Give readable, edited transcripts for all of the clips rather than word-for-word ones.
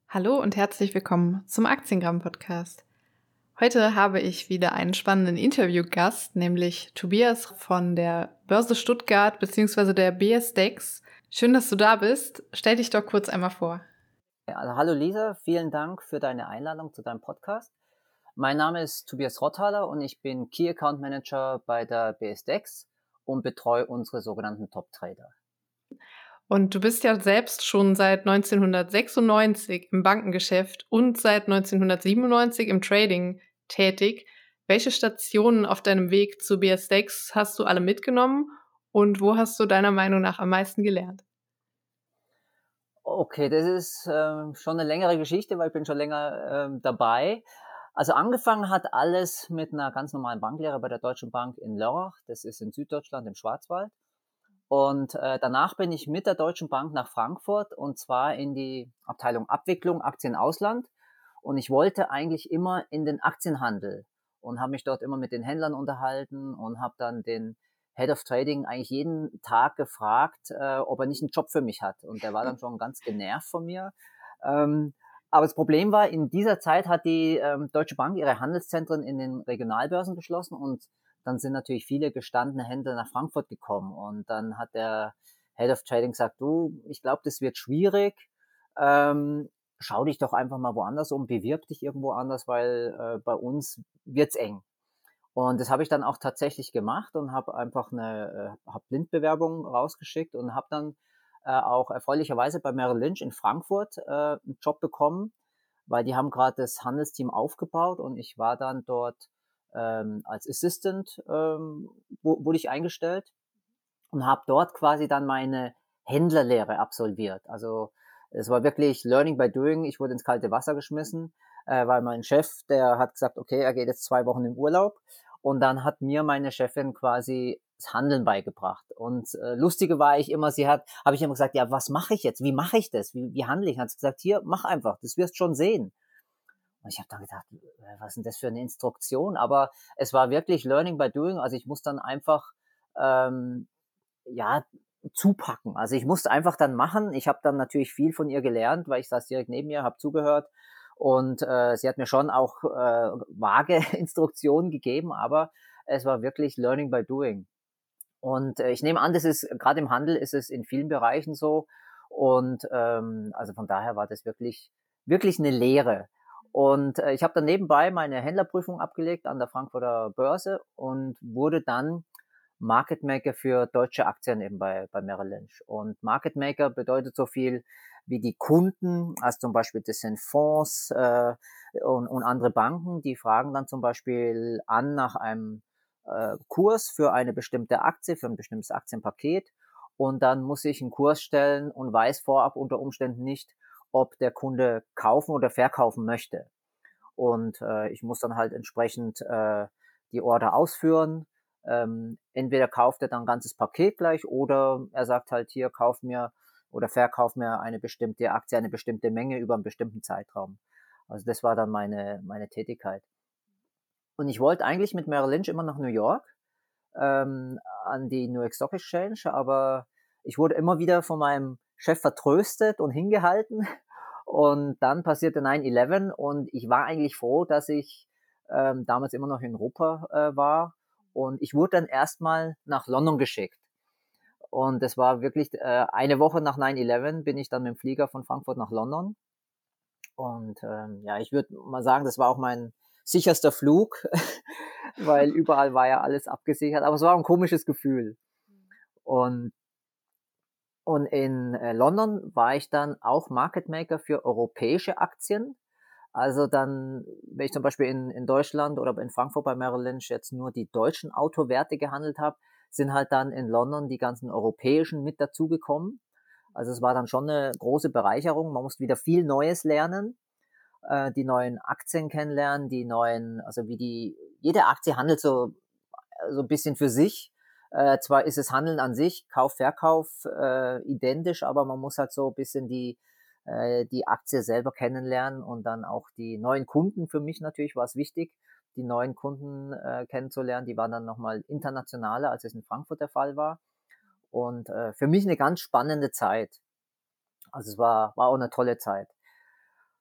Hallo und herzlich willkommen zum Aktiengramm-Podcast. Heute habe ich wieder einen spannenden Interviewgast, nämlich Tobias von der Börse Stuttgart bzw. der BSDEX. Schön, dass du da bist. Stell dich doch kurz einmal vor. Also, hallo Lisa, vielen Dank für deine Einladung zu deinem Podcast. Mein Name ist Tobias Rotthaler und ich bin Key Account Manager bei der BSDEX und betreue unsere sogenannten Top Trader. Und du bist ja selbst schon seit 1996 im Bankengeschäft und seit 1997 im Trading tätig. Welche Stationen auf deinem Weg zu BSDEX hast du alle mitgenommen und wo hast du deiner Meinung nach am meisten gelernt? Okay, das ist schon eine längere Geschichte, weil ich bin schon länger dabei. Also angefangen hat alles mit einer ganz normalen Banklehre bei der Deutschen Bank in Lörrach. Das ist in Süddeutschland im Schwarzwald. Und danach bin ich mit der Deutschen Bank nach Frankfurt und zwar in die Abteilung Abwicklung Aktienausland. Und ich wollte eigentlich immer in den Aktienhandel und habe mich dort immer mit den Händlern unterhalten und habe dann den Head of Trading eigentlich jeden Tag gefragt, ob er nicht einen Job für mich hat. Und der war dann schon ganz genervt von mir. Ähm, aber das Problem war, in dieser Zeit hat die Deutsche Bank ihre Handelszentren in den Regionalbörsen geschlossen und dann sind natürlich viele gestandene Händler nach Frankfurt gekommen. Und dann hat der Head of Trading gesagt, du, ich glaube, das wird schwierig. Ähm, Schau dich doch einfach mal woanders um, bewirb dich irgendwo anders, weil bei uns wird's eng. Und das habe ich dann auch tatsächlich gemacht und habe einfach eine hab Blindbewerbung rausgeschickt und habe dann auch erfreulicherweise bei Merrill Lynch in Frankfurt einen Job bekommen, weil die haben gerade das Handelsteam aufgebaut und ich war dann dort als Assistant wurde ich eingestellt und habe dort quasi dann meine Händlerlehre absolviert. Also es war wirklich Learning by Doing. Ich wurde ins kalte Wasser geschmissen, weil mein Chef, der hat gesagt, okay, er geht jetzt 2 Wochen in Urlaub. Und dann hat mir meine Chefin quasi das Handeln beigebracht. Und lustige war ich immer, habe ich immer gesagt, ja, was mache ich jetzt? Wie mache ich das? Wie handle ich? Hat sie gesagt, hier, mach einfach, das wirst schon sehen. Und ich habe dann gedacht, was ist denn das für eine Instruktion? Aber es war wirklich Learning by Doing. Also ich muss dann einfach ähm, ja, zupacken. Also ich musste einfach dann machen. Ich habe dann natürlich viel von ihr gelernt, weil ich saß direkt neben ihr, habe zugehört und sie hat mir schon auch vage Instruktionen gegeben, aber es war wirklich Learning by Doing. Und ich nehme an, das ist gerade im Handel ist es in vielen Bereichen so. Und also von daher war das wirklich eine Lehre. Und ich habe dann nebenbei meine Händlerprüfung abgelegt an der Frankfurter Börse und wurde dann Market Maker für deutsche Aktien eben bei Merrill Lynch. Und Market Maker bedeutet so viel wie die Kunden, also zum Beispiel das sind Fonds und andere Banken, die fragen dann zum Beispiel an nach einem Kurs für eine bestimmte Aktie, für ein bestimmtes Aktienpaket. Und dann muss ich einen Kurs stellen und weiß vorab unter Umständen nicht, ob der Kunde kaufen oder verkaufen möchte. Und ich muss dann halt entsprechend die Order ausführen. Entweder kauft er dann ein ganzes Paket gleich oder er sagt halt hier, kauf mir oder verkauf mir eine bestimmte Aktie, eine bestimmte Menge über einen bestimmten Zeitraum. Also das war dann meine Tätigkeit. Und ich wollte eigentlich mit Merrill Lynch immer nach New York, an die New York Stock Exchange, aber ich wurde immer wieder von meinem Chef vertröstet und hingehalten. Und dann passierte 9/11 und ich war eigentlich froh, dass ich damals immer noch in Europa war. Und ich wurde dann erstmal nach London geschickt. Und das war wirklich eine Woche nach 9/11 bin ich dann mit dem Flieger von Frankfurt nach London. Und ja, ich würde mal sagen, das war auch mein sicherster Flug, weil überall war ja alles abgesichert. Aber es war ein komisches Gefühl. Und, und in London war ich dann auch Market Maker für europäische Aktien. Also dann, wenn ich zum Beispiel in Deutschland oder in Frankfurt bei Merrill Lynch jetzt nur die deutschen Autowerte gehandelt habe, sind halt dann in London die ganzen europäischen mit dazugekommen. Also es war dann schon eine große Bereicherung. Man musste wieder viel Neues lernen, die neuen Aktien kennenlernen, also jede Aktie handelt so ein bisschen für sich. Zwar ist es Handeln an sich, Kauf, Verkauf identisch, aber man muss halt so ein bisschen die Aktie selber kennenlernen und dann auch die neuen Kunden. Für mich natürlich war es wichtig, die neuen Kunden kennenzulernen. Die waren dann nochmal internationaler, als es in Frankfurt der Fall war. Und für mich eine ganz spannende Zeit. Also es war auch eine tolle Zeit.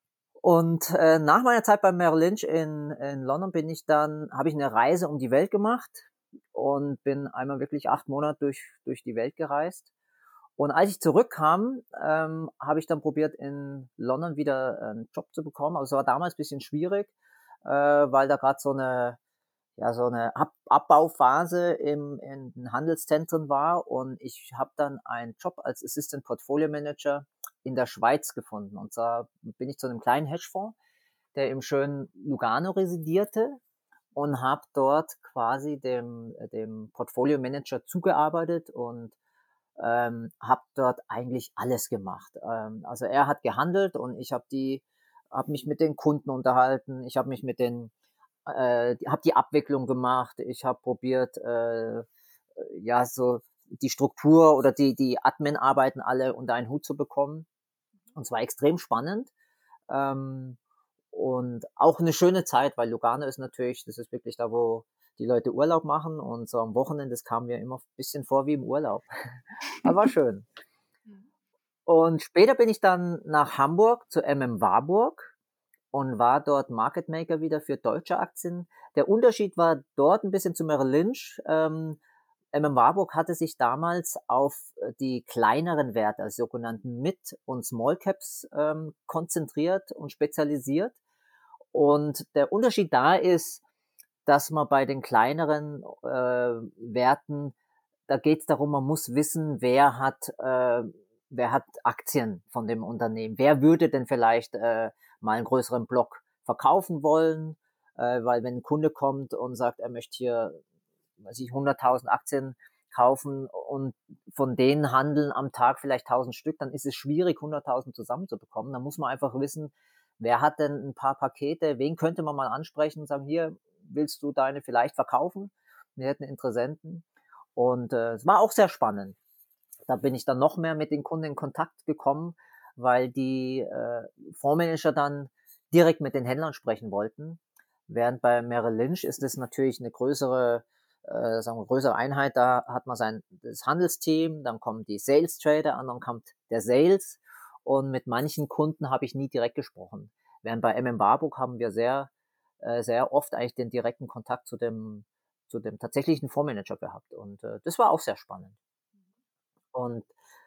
Und nach meiner Zeit bei Merrill Lynch in London habe ich eine Reise um die Welt gemacht und bin einmal wirklich 8 Monate durch die Welt gereist. Und als ich zurückkam, habe ich dann probiert, in London wieder einen Job zu bekommen. Also es war damals ein bisschen schwierig, weil da gerade so eine Abbauphase in den Handelszentren war, und ich habe dann einen Job als Assistant Portfolio Manager in der Schweiz gefunden. Und zwar bin ich zu einem kleinen Hedgefonds, der im schönen Lugano residierte, und habe dort quasi dem Portfolio Manager zugearbeitet und habe dort eigentlich alles gemacht. Also er hat gehandelt und ich habe mich mit den Kunden unterhalten, ich habe mich mit habe die Abwicklung gemacht, ich habe probiert, ja, so die Struktur oder die Admin-Arbeiten alle unter einen Hut zu bekommen. Und zwar extrem spannend. Ähm, und auch eine schöne Zeit, weil Lugano ist natürlich, das ist wirklich da, wo die Leute Urlaub machen, und so am Wochenende, das kam mir immer ein bisschen vor wie im Urlaub. Aber war schön. Und später bin ich dann nach Hamburg zu Warburg und war dort Market Maker wieder für deutsche Aktien. Der Unterschied war dort ein bisschen zu Merrill Lynch. Warburg hatte sich damals auf die kleineren Werte, also sogenannten Mid- und Small Caps, konzentriert und spezialisiert. Und der Unterschied da ist, dass man bei den kleineren Werten, da geht es darum, man muss wissen, wer hat Aktien von dem Unternehmen. Wer würde denn vielleicht mal einen größeren Block verkaufen wollen? Weil wenn ein Kunde kommt und sagt, er möchte hier, weiß ich, 100.000 Aktien kaufen und von denen handeln am Tag vielleicht 1.000 Stück, dann ist es schwierig, 100.000 zusammenzubekommen. Da muss man einfach wissen, wer hat denn ein paar Pakete, wen könnte man mal ansprechen und sagen, hier, willst du deine vielleicht verkaufen? Wir hätten Interessenten. Und es war auch sehr spannend. Da bin ich dann noch mehr mit den Kunden in Kontakt gekommen, weil die Fondsmanager dann direkt mit den Händlern sprechen wollten. Während bei Merrill Lynch ist es natürlich eine größere Einheit. Da hat man das Handelsteam, dann kommen die Sales Trader an, dann kommt der Sales, und mit manchen Kunden habe ich nie direkt gesprochen. Während bei Warburg haben wir sehr oft eigentlich den direkten Kontakt zu dem tatsächlichen Fondsmanager gehabt, und das war auch sehr spannend. Und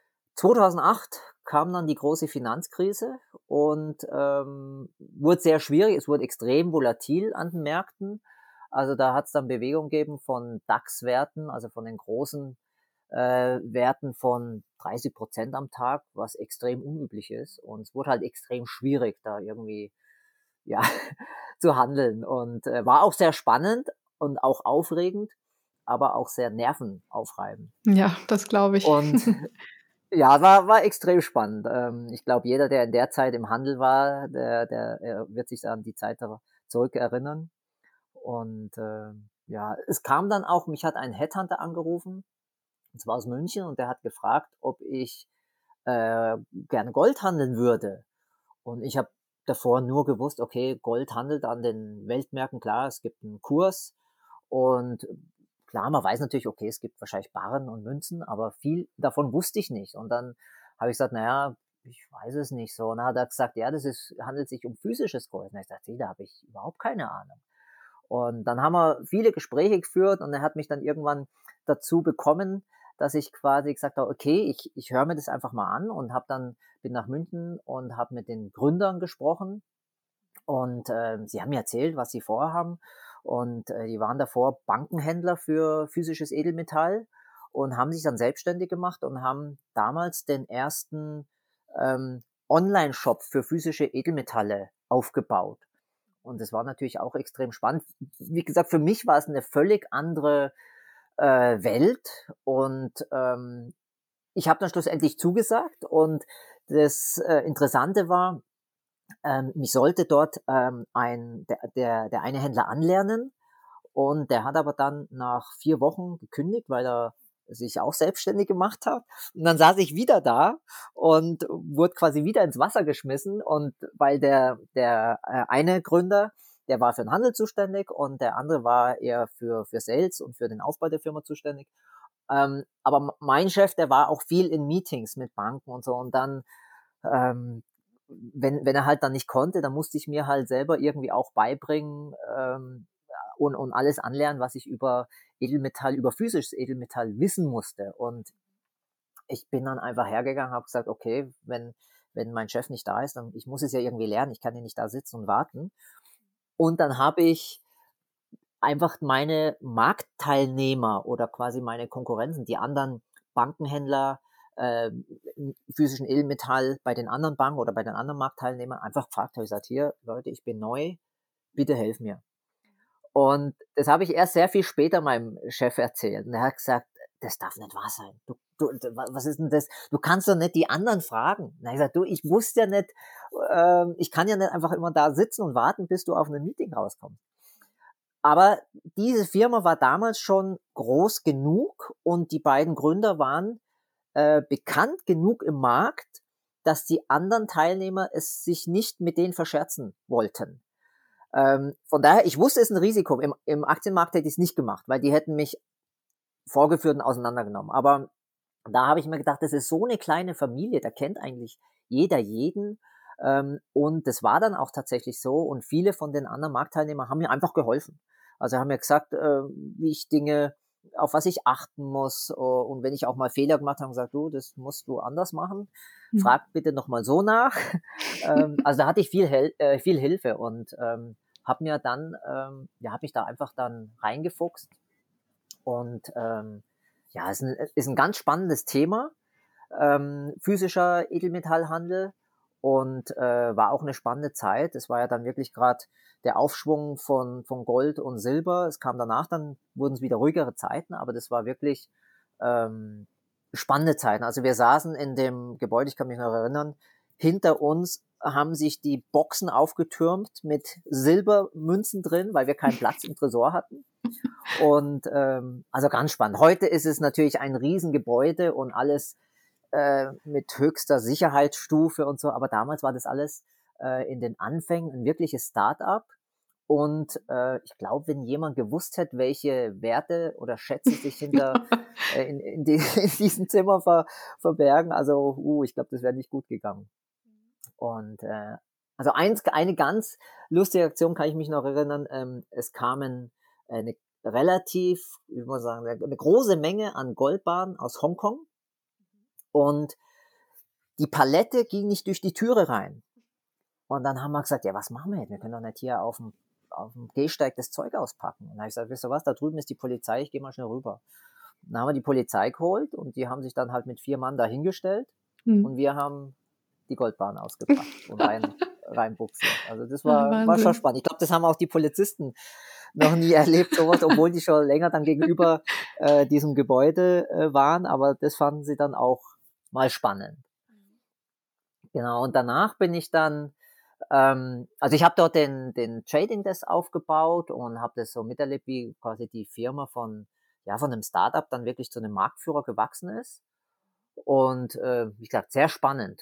2008 kam dann die große Finanzkrise und wurde sehr schwierig. Es wurde extrem volatil an den Märkten. Also da hat es dann Bewegung gegeben von DAX-Werten, also von den großen Werten von 30% am Tag, was extrem unüblich ist. Und es wurde halt extrem schwierig, da irgendwie ja zu handeln. Und war auch sehr spannend und auch aufregend, aber auch sehr nervenaufreibend. Ja, das glaube ich. Und ja, war extrem spannend. Ich glaube, jeder, der in der Zeit im Handel war, der wird sich an die Zeit zurückerinnern. Und ja, es kam dann auch, mich hat ein Headhunter angerufen, und zwar aus München, und der hat gefragt, ob ich gerne Gold handeln würde. Und ich habe davor nur gewusst, okay, Gold handelt an den Weltmärkten, klar, es gibt einen Kurs, und klar, man weiß natürlich, okay, es gibt wahrscheinlich Barren und Münzen, aber viel davon wusste ich nicht. Und dann habe ich gesagt, naja, ich weiß es nicht so. Und dann hat er gesagt, ja, handelt sich um physisches Gold. Und ich dachte, da habe ich überhaupt keine Ahnung. Und dann haben wir viele Gespräche geführt, und er hat mich dann irgendwann dazu bekommen, dass ich quasi gesagt habe, okay, ich höre mir das einfach mal an, und bin nach München und habe mit den Gründern gesprochen, und sie haben mir erzählt, was sie vorhaben, und die waren davor Bankenhändler für physisches Edelmetall und haben sich dann selbstständig gemacht und haben damals den ersten Online-Shop für physische Edelmetalle aufgebaut. Und das war natürlich auch extrem spannend. Wie gesagt, für mich war es eine völlig andere Welt, und ich habe dann schlussendlich zugesagt, und das Interessante war, mich sollte dort der eine Händler anlernen, und der hat aber dann nach 4 Wochen gekündigt, weil er sich auch selbstständig gemacht hat. Und dann saß ich wieder da und wurde quasi wieder ins Wasser geschmissen, und weil der eine Gründer, der war für den Handel zuständig, und der andere war eher für Sales und für den Aufbau der Firma zuständig. Aber mein Chef, der war auch viel in Meetings mit Banken und so, und dann wenn er halt dann nicht konnte, dann musste ich mir halt selber irgendwie auch beibringen und alles anlernen, was ich über Edelmetall, über physisches Edelmetall wissen musste. Und ich bin dann einfach hergegangen, habe gesagt, okay, wenn mein Chef nicht da ist, dann ich muss es ja irgendwie lernen, ich kann ja nicht da sitzen und warten. Und dann habe ich einfach meine Marktteilnehmer oder quasi meine Konkurrenten, die anderen Bankenhändler, physischen Edelmetall bei den anderen Banken oder bei den anderen Marktteilnehmern einfach gefragt, habe ich gesagt, hier, Leute, ich bin neu, bitte helft mir. Und das habe ich erst sehr viel später meinem Chef erzählt. Und er hat gesagt, das darf nicht wahr sein. Was ist denn das? Du kannst doch nicht die anderen fragen. Und er hat gesagt, ich wusste ja nicht, ich kann ja nicht einfach immer da sitzen und warten, bis du auf ein Meeting rauskommst. Aber diese Firma war damals schon groß genug und die beiden Gründer waren bekannt genug im Markt, dass die anderen Teilnehmer es sich nicht mit denen verscherzen wollten. Von daher, ich wusste, es ist ein Risiko. Im Aktienmarkt hätte ich es nicht gemacht, weil die hätten mich vorgeführt und auseinandergenommen. Aber da habe ich mir gedacht, das ist so eine kleine Familie, da kennt eigentlich jeder jeden. Und das war dann auch tatsächlich so. Und viele von den anderen Marktteilnehmern haben mir einfach geholfen. Also haben mir gesagt, wie ich Dinge, auf was ich achten muss. Und wenn ich auch mal Fehler gemacht habe, haben gesagt, du, das musst du anders machen. Frag bitte nochmal so nach. Also da hatte ich viel Hilfe und habe mir dann, habe mich da einfach dann reingefuchst. Und ja, ist ein ganz spannendes Thema, physischer Edelmetallhandel und war auch eine spannende Zeit. Es war ja dann wirklich gerade der Aufschwung von Gold und Silber. Es kam danach, dann wurden es wieder ruhigere Zeiten, aber das war wirklich spannende Zeiten. Also wir saßen in dem Gebäude, ich kann mich noch erinnern, hinter uns haben sich die Boxen aufgetürmt mit Silbermünzen drin, weil wir keinen Platz im Tresor hatten. Und also ganz spannend. Heute ist es natürlich ein Riesengebäude und alles mit höchster Sicherheitsstufe und so, aber damals war das alles in den Anfängen ein wirkliches Start-up. Und ich glaube, wenn jemand gewusst hätte, welche Werte oder Schätze sich hinter in diesem Zimmer verbergen, also ich glaube, das wäre nicht gut gegangen. Und also eine ganz lustige Aktion kann ich mich noch erinnern. Es kamen eine relativ, wie muss man sagen, eine große Menge an Goldbarren aus Hongkong und die Palette ging nicht durch die Türe rein. Und dann haben wir gesagt, ja, was machen wir jetzt? Wir können doch nicht hier auf dem Gehsteig das Zeug auspacken. Und dann habe ich gesagt, wisst ihr was, da drüben ist die Polizei, ich gehe mal schnell rüber. Und dann haben wir die Polizei geholt und die haben sich dann halt mit 4 Mann dahingestellt und wir haben die Goldbarren ausgepackt und reinbuxiert. Also das war schon spannend. Ich glaube, das haben auch die Polizisten noch nie erlebt, sowas, obwohl die schon länger dann gegenüber diesem Gebäude waren, aber das fanden sie dann auch mal spannend. Genau, und danach bin ich dann, also ich habe dort den Trading Desk aufgebaut und habe das so miterlebt, wie quasi die Firma von einem Startup dann wirklich zu einem Marktführer gewachsen ist. Und wie gesagt, sehr spannend.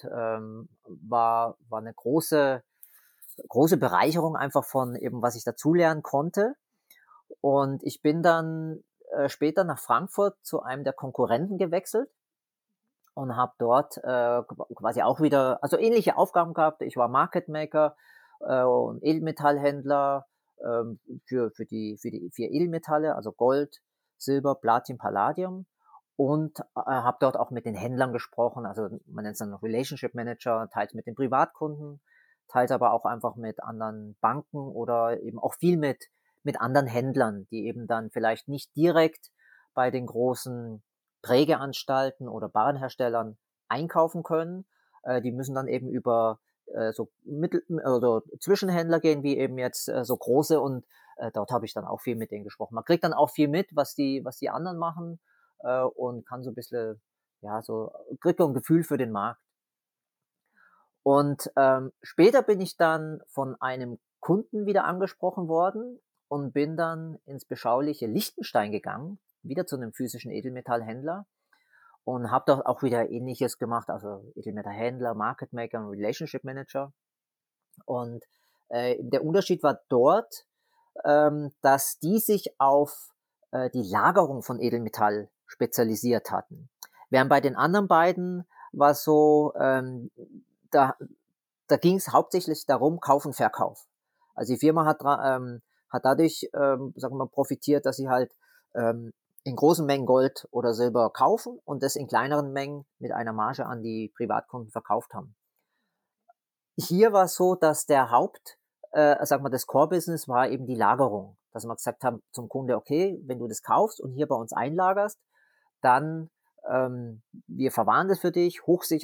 War eine große Bereicherung einfach von eben, was ich dazulernen konnte. Und ich bin dann später nach Frankfurt zu einem der Konkurrenten gewechselt und habe dort quasi auch wieder, also ähnliche Aufgaben gehabt. Ich war Market Maker und Edelmetallhändler für die 4 Edelmetalle, also Gold, Silber, Platin, Palladium. Und habe dort auch mit den Händlern gesprochen, also man nennt es dann Relationship Manager, teils mit den Privatkunden, teils aber auch einfach mit anderen Banken oder eben auch viel mit anderen Händlern, die eben dann vielleicht nicht direkt bei den großen Prägeanstalten oder Barenherstellern einkaufen können. Die müssen dann eben über so Zwischenhändler gehen, wie eben jetzt so große und dort habe ich dann auch viel mit denen gesprochen. Man kriegt dann auch viel mit, was die anderen machen und kann so ein bisschen, kriegt ein Gefühl für den Markt. Und später bin ich dann von einem Kunden wieder angesprochen worden und bin dann ins beschauliche Liechtenstein gegangen, wieder zu einem physischen Edelmetallhändler und habe dort auch wieder Ähnliches gemacht, also Edelmetallhändler, Market Maker und Relationship Manager. Und der Unterschied war dort, dass die sich auf die Lagerung von Edelmetall spezialisiert hatten. Während bei den anderen beiden war es so, da da ging es hauptsächlich darum, Kauf und Verkauf. Also die Firma hat dadurch, sagen wir mal, profitiert, dass sie halt in großen Mengen Gold oder Silber kaufen und das in kleineren Mengen mit einer Marge an die Privatkunden verkauft haben. Hier war es so, dass der sag mal, das Core-Business war eben die Lagerung. Dass wir gesagt haben zum Kunde, okay, wenn du das kaufst und hier bei uns einlagerst, dann wir verwahren das für dich,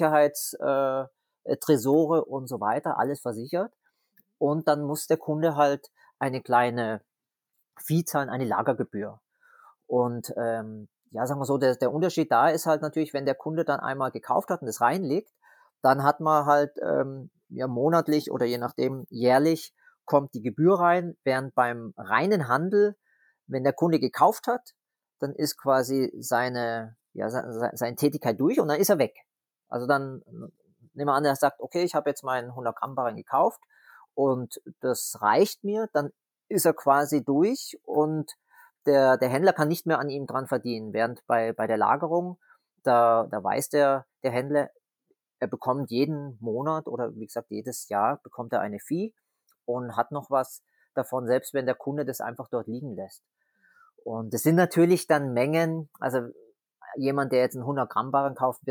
Hochsicherheitstresore und so weiter, alles versichert. Und dann muss der Kunde halt eine kleine Fee zahlen, eine Lagergebühr. Und ja, sagen wir so, der Unterschied da ist halt natürlich, wenn der Kunde dann einmal gekauft hat und das reinlegt, dann hat man halt ja monatlich oder je nachdem jährlich kommt die Gebühr rein, während beim reinen Handel, wenn der Kunde gekauft hat, dann ist quasi seine Tätigkeit durch und dann ist er weg. Also dann nehmen wir an, er sagt, okay, ich habe jetzt meinen 100 Gramm Barren gekauft und das reicht mir, dann ist er quasi durch und der Händler kann nicht mehr an ihm dran verdienen, während bei der Lagerung, da weiß der Händler, er bekommt jeden Monat oder wie gesagt jedes Jahr bekommt er eine Fee und hat noch was davon, selbst wenn der Kunde das einfach dort liegen lässt. Und das sind natürlich dann Mengen, also jemand, der jetzt einen 100 Gramm Barren kauft,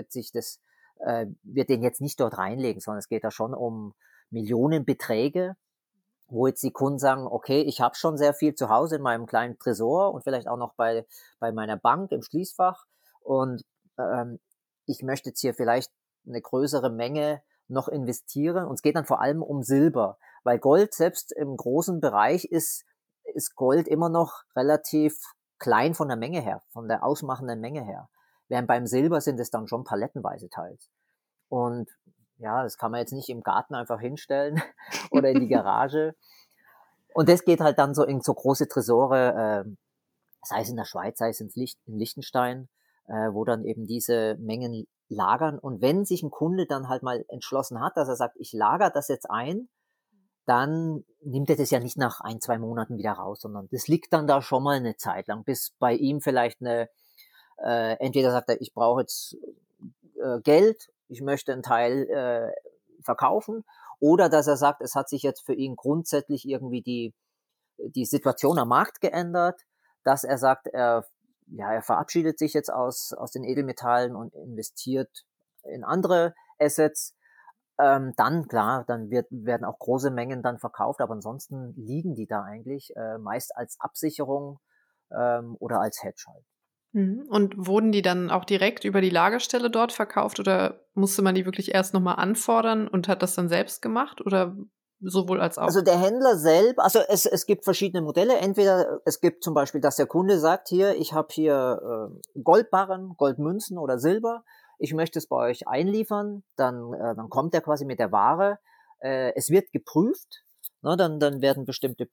wird den jetzt nicht dort reinlegen, sondern es geht da schon um Millionenbeträge, wo jetzt die Kunden sagen, okay, ich habe schon sehr viel zu Hause in meinem kleinen Tresor und vielleicht auch noch bei meiner Bank im Schließfach und ich möchte jetzt hier vielleicht eine größere Menge noch investieren und es geht dann vor allem um Silber, weil Gold selbst im großen Bereich ist Gold immer noch relativ klein von der Menge her, von der ausmachenden Menge her, während beim Silber sind es dann schon palettenweise teils. Und ja, das kann man jetzt nicht im Garten einfach hinstellen oder in die Garage. Und das geht halt dann so in so große Tresore, sei es in der Schweiz, sei es in Liechtenstein, wo dann eben diese Mengen lagern. Und wenn sich ein Kunde dann halt mal entschlossen hat, dass er sagt, ich lagere das jetzt ein, dann nimmt er das ja nicht nach 1, 2 Monaten wieder raus, sondern das liegt dann da schon mal eine Zeit lang, bis bei ihm vielleicht entweder sagt er, ich brauche jetzt Geld, ich möchte einen Teil verkaufen, oder dass er sagt, es hat sich jetzt für ihn grundsätzlich irgendwie die Situation am Markt geändert, dass er sagt, er verabschiedet sich jetzt aus den Edelmetallen und investiert in andere Assets. Dann klar, werden auch große Mengen dann verkauft, aber ansonsten liegen die da eigentlich meist als Absicherung oder als Hedge halt. Mhm. Und wurden die dann auch direkt über die Lagerstelle dort verkauft oder musste man die wirklich erst noch mal anfordern und hat das dann selbst gemacht oder sowohl als auch? Also der Händler selber, also es gibt verschiedene Modelle. Entweder es gibt zum Beispiel, dass der Kunde sagt, hier, ich habe hier Goldbarren, Goldmünzen oder Silber, ich möchte es bei euch einliefern, dann kommt er quasi mit der Ware, es wird geprüft, ne, dann werden bestimmte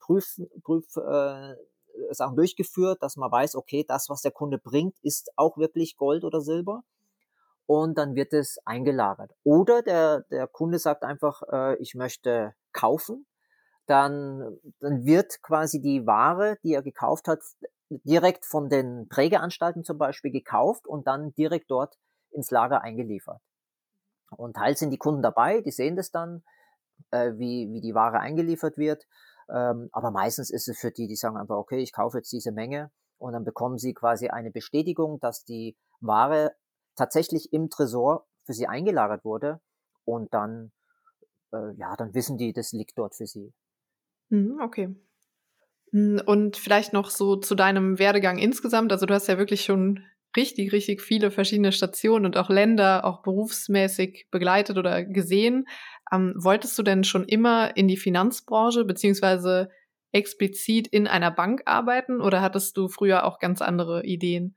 Sachen durchgeführt, dass man weiß, okay, das, was der Kunde bringt, ist auch wirklich Gold oder Silber. Und dann wird es eingelagert. Oder der Kunde sagt einfach, ich möchte kaufen, dann wird quasi die Ware, die er gekauft hat, direkt von den Prägeanstalten zum Beispiel gekauft und dann direkt dort ins Lager eingeliefert. Und teils sind die Kunden dabei, die sehen das dann, wie die Ware eingeliefert wird. Aber meistens ist es für die sagen einfach, okay, ich kaufe jetzt diese Menge und dann bekommen sie quasi eine Bestätigung, dass die Ware tatsächlich im Tresor für sie eingelagert wurde und dann wissen die, das liegt dort für sie. Mhm, okay. Und vielleicht noch so zu deinem Werdegang insgesamt. Also, du hast ja wirklich schon richtig, richtig viele verschiedene Stationen und auch Länder auch berufsmäßig begleitet oder gesehen. Wolltest du denn schon immer in die Finanzbranche beziehungsweise explizit in einer Bank arbeiten oder hattest du früher auch ganz andere Ideen?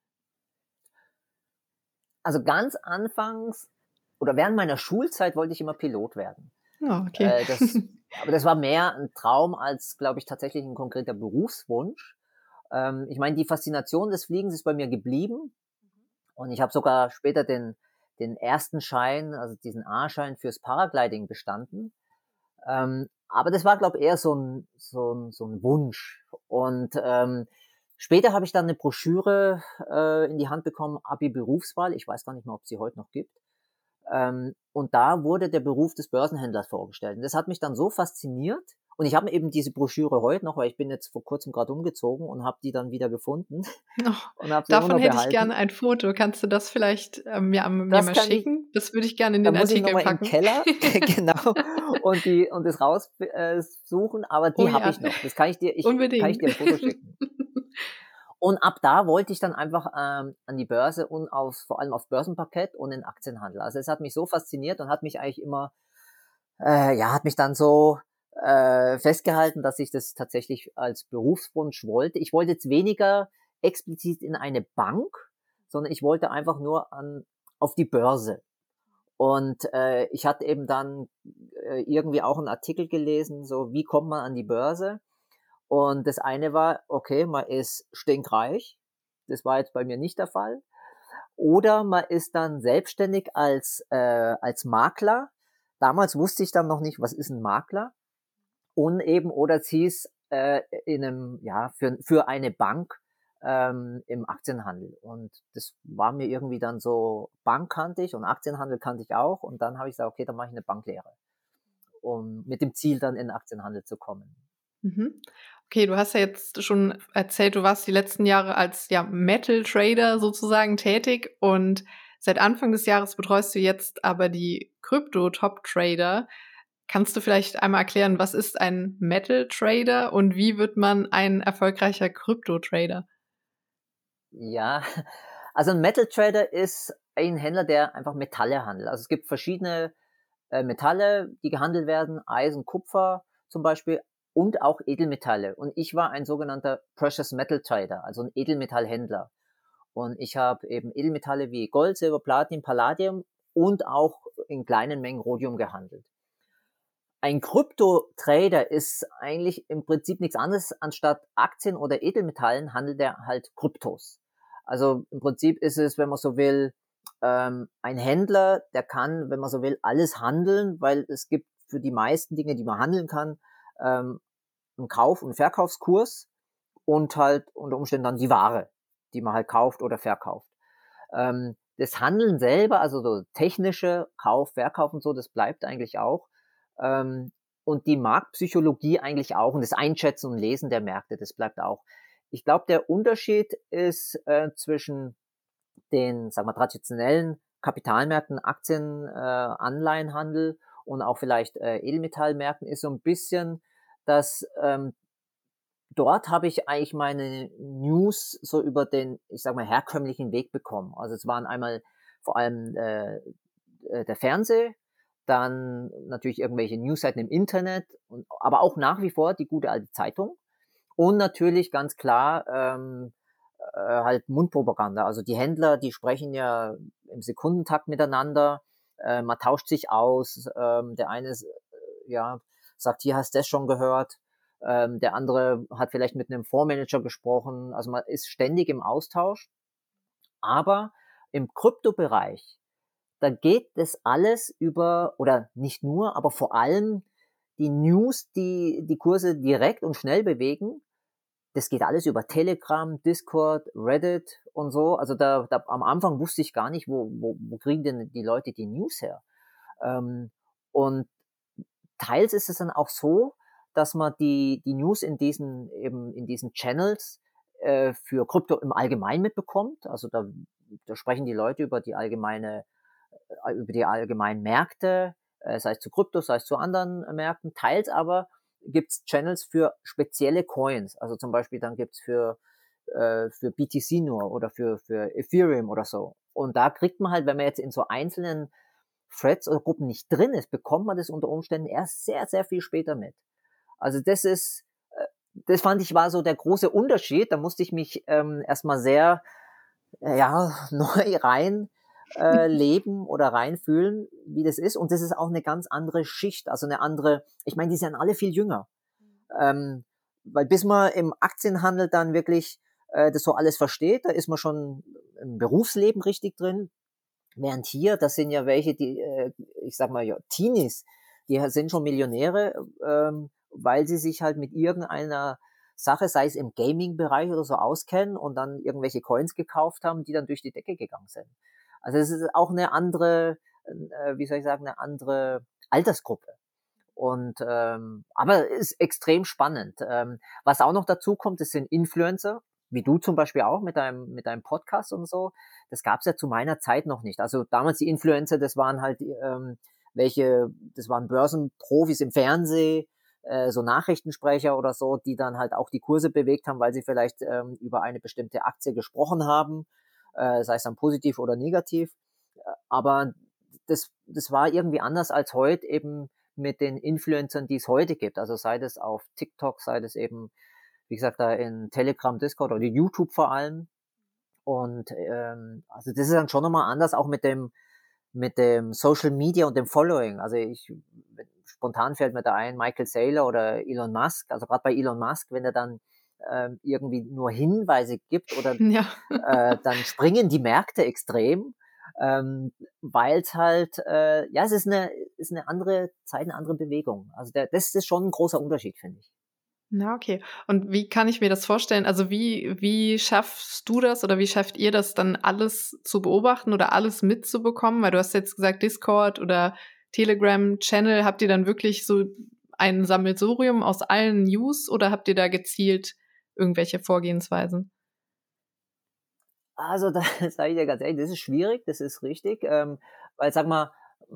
Also ganz anfangs oder während meiner Schulzeit wollte ich immer Pilot werden. Ah, okay. Aber das war mehr ein Traum als, glaube ich, tatsächlich ein konkreter Berufswunsch. Ich meine, die Faszination des Fliegens ist bei mir geblieben und ich habe sogar später den ersten Schein, also diesen A-Schein fürs Paragliding bestanden. Aber das war, glaube ich, eher so ein Wunsch. Und später habe ich dann eine Broschüre in die Hand bekommen, Abi Berufswahl. Ich weiß gar nicht mehr, ob es sie heute noch gibt. Und da wurde der Beruf des Börsenhändlers vorgestellt. Und das hat mich dann so fasziniert. Und ich habe eben diese Broschüre heute noch, weil ich bin jetzt vor kurzem gerade umgezogen und habe die dann wieder gefunden Oh, und habe sie immer davon noch hätte ich gerne behalten. ein Foto. Kannst du das vielleicht, ja, mir Das mal kann ich schicken? Das würde ich gerne in Da den muss ich noch Artikel mal in 'n packen. Keller, genau, und das raus suchen, aber Oh die habe ja, ich noch. Das kann ich unbedingt. dir 'n Foto schicken. Und ab da wollte ich dann einfach, an die Börse und vor allem aufs Börsenparkett und in den Aktienhandel. Also, es hat mich so fasziniert und hat mich eigentlich immer ja, hat mich dann so, festgehalten, dass ich das tatsächlich als Berufswunsch wollte. Ich wollte jetzt weniger explizit in eine Bank, sondern ich wollte einfach nur auf die Börse. Und, ich hatte eben dann, irgendwie auch 'n Artikel gelesen, so: „Wie kommt man an die Börse?“ Und das eine war, okay, man ist stinkreich. Das war jetzt bei mir nicht der Fall. Oder man ist dann selbstständig als Makler. Damals wusste ich dann noch nicht, was ist 'n Makler? Und eben oder es hieß, in 'nem ja, für eine Bank, im Aktienhandel. Und das war mir irgendwie dann so Bank kannte ich und Aktienhandel kannte ich auch. Und dann habe ich gesagt: „Okay, dann mache ich 'ne Banklehre“, um mit dem Ziel dann in 'n Aktienhandel zu kommen. Mhm. Okay, du hast ja jetzt schon erzählt, du warst die letzten Jahre als, ja, Metal Trader sozusagen tätig und seit Anfang des Jahres betreust du jetzt aber die Krypto-Top Trader. Kannst du vielleicht einmal erklären, was ist ein Metal Trader und wie wird man ein erfolgreicher Krypto-Trader? Ja, also 'n Metal Trader ist ein Händler, der einfach Metalle handelt. Also, es gibt verschiedene, Metalle, die gehandelt werden, Eisen, Kupfer zum Beispiel und auch Edelmetalle. Und ich war ein sogenannter Precious Metal Trader, also 'n Edelmetallhändler. Und ich habe eben Edelmetalle wie Gold, Silber, Platin, Palladium und auch in kleinen Mengen Rhodium gehandelt. Ein Krypto-Trader ist eigentlich im Prinzip nichts anderes, anstatt Aktien oder Edelmetallen handelt er halt Kryptos. Also im Prinzip ist es, wenn man so will, ein Händler, der kann, wenn man so will, alles handeln, weil es gibt für die meisten Dinge, die man handeln kann, ähm, 'n Kauf- und Verkaufskurs und halt unter Umständen dann die Ware, die man halt kauft oder verkauft. Das Handeln selber, also so technische Kauf, Verkauf und so, das bleibt eigentlich auch. Ähm, und die Marktpsychologie eigentlich auch und das Einschätzen und Lesen der Märkte, das bleibt auch. Ich glaube, der Unterschied ist zwischen den, sagen wir, traditionellen Kapitalmärkten, Aktien, Anleihenhandel und auch vielleicht Edelmetallmärkten ist so ein bisschen, dass dort habe ich eigentlich meine News so über den, ich sage mal, herkömmlichen Weg bekommen. Also, es waren einmal vor allem, der Fernseh, dann natürlich irgendwelche Newsseiten im Internet und aber auch nach wie vor die gute alte Zeitung und natürlich ganz klar, halt Mundpropaganda. Also, die Händler, die sprechen ja im Sekundentakt miteinander, man tauscht sich aus, der eine ja, sagt: „Hier, hast das schon gehört?“ Der andere hat vielleicht mit einem Fondsmanager gesprochen. Also, man ist ständig im Austausch. Aber im Kryptobereich, da geht das alles über oder nicht nur, aber vor allem die News, die die Kurse direkt und schnell bewegen. Das geht alles über Telegram, Discord, Reddit und so. Also, da am Anfang wusste ich gar nicht, wo kriegen denn die Leute die News her? Ähm, und teils ist es dann auch so, dass man die News in diesen Channels, für Krypto im Allgemeinen mitbekommt. Also, da sprechen die Leute über die allgemeinen Märkte, sei es zu Krypto, sei es zu anderen Märkten. Teils aber gibt's Channels für spezielle Coins. Also, zum Beispiel dann gibt's für BTC nur oder für Ethereum oder so. Und da kriegt man halt, wenn man jetzt in so einzelnen Threads oder Gruppen nicht drin ist, bekommt man das unter Umständen erst sehr, sehr viel später mit. Also das fand ich war so der große Unterschied. Da musste ich mich erst sehr ja, neu rein leben oder reinfühlen, wie das ist. Und das ist auch eine ganz andere Schicht, also eine andere, ich meine, die sind alle viel jünger. Ähm, weil bis man im Aktienhandel dann wirklich das so alles versteht, da ist man schon im Berufsleben richtig drin. Während hier, das sind ja welche, die, ich sag mal, ja, Teenies, die sind schon Millionäre, weil sie sich halt mit irgendeiner Sache, sei es im Gaming-Bereich oder so, auskennen und dann irgendwelche Coins gekauft haben, die dann durch die Decke gegangen sind. Also es ist auch eine andere, wie soll ich sagen, eine andere Altersgruppe. Und aber ist extrem spannend. Was auch noch dazu kommt, das sind Influencer, wie du zum Beispiel auch mit deinem Podcast und so. Das gab es ja zu meiner Zeit noch nicht. Also damals die Influencer, das waren halt das waren Börsenprofis im Fernsehen, so Nachrichtensprecher oder so, die dann halt auch die Kurse bewegt haben, weil sie vielleicht über eine bestimmte Aktie gesprochen haben, sei es dann positiv oder negativ. Aber das war irgendwie anders als heute eben mit den Influencern, die es heute gibt. Also sei das auf TikTok, sei das eben, wie gesagt, da in Telegram, Discord oder YouTube vor allem. Und also das ist dann schon nochmal anders, auch mit dem Social Media und dem Following. Also spontan fällt mir da ein, Michael Saylor oder Elon Musk. Also gerade bei Elon Musk, wenn er dann irgendwie nur Hinweise gibt oder Ja. dann springen die Märkte extrem, weil es halt, ja, es ist eine andere Zeit, eine andere Bewegung. Also das ist schon ein großer Unterschied, finde ich. Na, okay. Und wie kann ich mir das vorstellen? Also, wie schaffst du das oder wie schafft ihr das dann alles zu beobachten oder alles mitzubekommen? Weil du hast jetzt gesagt, Discord oder Telegram-Channel. Habt ihr dann wirklich so ein Sammelsurium aus allen News oder habt ihr da gezielt irgendwelche Vorgehensweisen? Also, da sage ich dir ganz ehrlich, das ist schwierig, das ist richtig, weil, sag mal,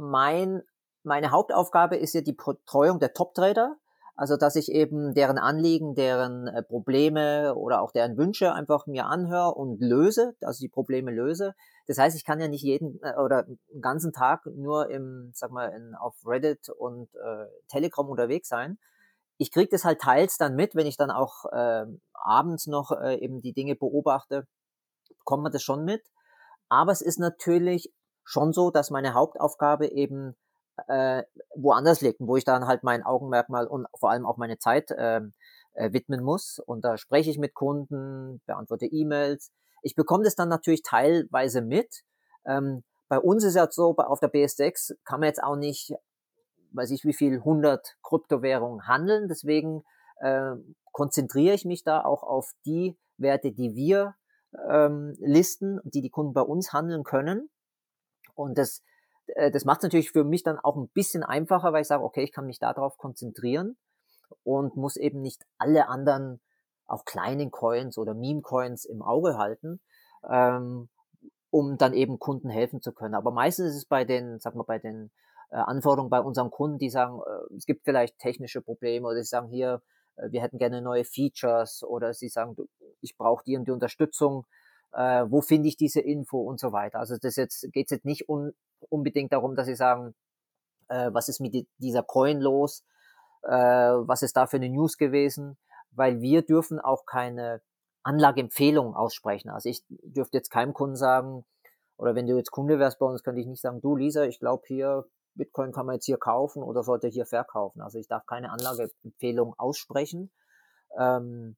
meine Hauptaufgabe ist ja die Betreuung der Top-Trader, also, dass ich eben deren Anliegen, deren Probleme oder auch deren Wünsche einfach mir anhöre und löse, also die Probleme löse. Das heißt, ich kann ja nicht jeden oder 'n ganzen Tag nur sag mal, auf Reddit und Telegram unterwegs sein. Ich kriege das halt teils dann mit, wenn ich dann auch abends noch eben die Dinge beobachte, bekommt man das schon mit. Aber es ist natürlich schon so, dass meine Hauptaufgabe eben äh, woanders liegt, wo ich dann halt mein Augenmerk mal und vor allem auch meine Zeit widmen muss. Und da spreche ich mit Kunden, beantworte E-Mails. Ich bekomme das dann natürlich teilweise mit. Bei uns ist ja so, auf der BS6 kann man jetzt auch nicht, weiß ich wie viel, 100 Kryptowährungen handeln. Deswegen äh, konzentriere ich mich da auch auf die Werte, die wir listen, die Kunden bei uns handeln können. Und das macht es natürlich für mich dann auch ein bisschen einfacher, weil ich sage, okay, ich kann mich darauf konzentrieren und muss eben nicht alle anderen, auch kleinen Coins oder Meme-Coins im Auge halten, ähm, um dann eben Kunden helfen zu können. Aber meistens ist es sag mal, bei den Anforderungen bei unseren Kunden, die sagen, es gibt vielleicht technische Probleme oder sie sagen hier, wir hätten gerne neue Features oder sie sagen, ich brauche die und die Unterstützung, wo finde ich diese Info und so weiter. Also geht es jetzt nicht unbedingt darum, dass sie sagen, was ist mit dieser Coin los, was ist da für eine News gewesen, weil wir dürfen auch keine Anlageempfehlungen aussprechen. Also ich dürfte jetzt keinem Kunden sagen, oder wenn du jetzt Kunde wärst bei uns, könnte ich nicht sagen, du Lisa, ich glaube hier, Bitcoin kann man jetzt hier kaufen oder sollte hier verkaufen. Also ich darf keine Anlageempfehlung aussprechen. Ähm,